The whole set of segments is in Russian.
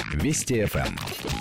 Вести ФМ.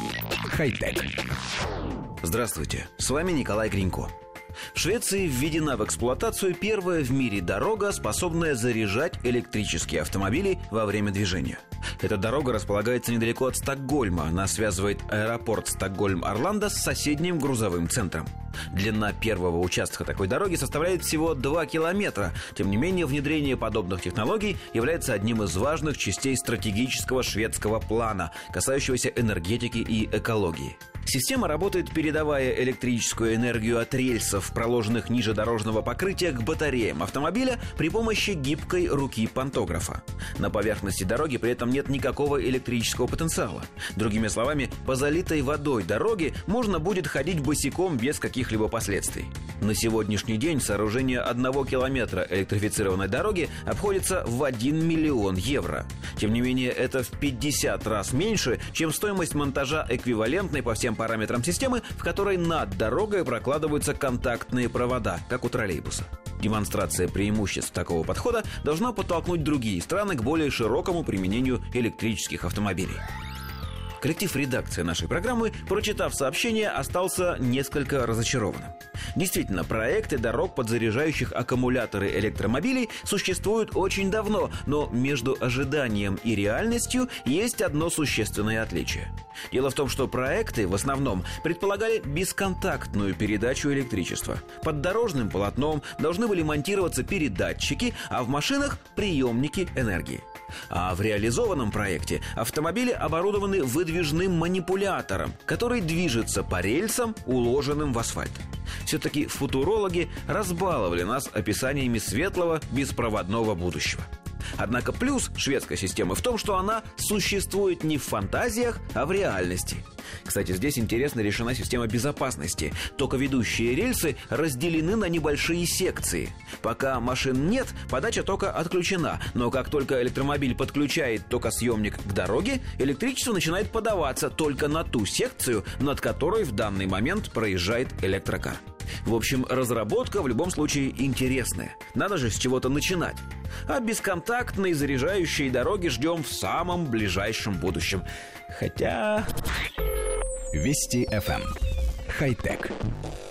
Хай-тек. Здравствуйте, с вами Николай Гринько. В Швеции введена в эксплуатацию первая в мире дорога, способная заряжать электрические автомобили во время движения. Эта дорога располагается недалеко от Стокгольма. Она связывает аэропорт Стокгольм-Орландо с соседним грузовым центром. Длина первого участка такой дороги составляет всего 2 километра. Тем не менее, внедрение подобных технологий является одним из важных частей стратегического шведского плана, касающегося энергетики и экологии. Система работает, передавая электрическую энергию от рельсов, проложенных ниже дорожного покрытия, к батареям автомобиля при помощи гибкой руки пантографа. На поверхности дороги при этом нет никакого электрического потенциала. Другими словами, по залитой водой дороге можно будет ходить босиком без каких-либо последствий. На сегодняшний день сооружение 1 километра электрифицированной дороги обходится в 1 миллион евро. Тем не менее, это в 50 раз меньше, чем стоимость монтажа эквивалентной по всем параметрам системы, в которой над дорогой прокладываются контактные провода, как у троллейбуса. Демонстрация преимуществ такого подхода должна подтолкнуть другие страны к более широкому применению электрических автомобилей. Коллектив редакции нашей программы, прочитав сообщение, остался несколько разочарованным. Действительно, проекты дорог, подзаряжающих аккумуляторы электромобилей, существуют очень давно, но между ожиданием и реальностью есть одно существенное отличие. Дело в том, что проекты в основном предполагали бесконтактную передачу электричества. Под дорожным полотном должны были монтироваться передатчики, а в машинах – приемники энергии. А в реализованном проекте автомобили оборудованы выдвижным манипулятором, который движется по рельсам, уложенным в асфальт. Все-таки футурологи разбаловали нас описаниями светлого беспроводного будущего. Однако плюс шведской системы в том, что она существует не в фантазиях, а в реальности. Кстати, здесь интересно решена система безопасности. Токоведущие рельсы разделены на небольшие секции. Пока машин нет, подача тока отключена. Но как только электромобиль подключает токосъемник к дороге, электричество начинает подаваться только на ту секцию, над которой в данный момент проезжает электрокар. В общем, разработка в любом случае интересная. Надо же с чего-то начинать. А бесконтактные заряжающие дороги ждем в самом ближайшем будущем. Хотя... Вести ФМ. Хай-тек.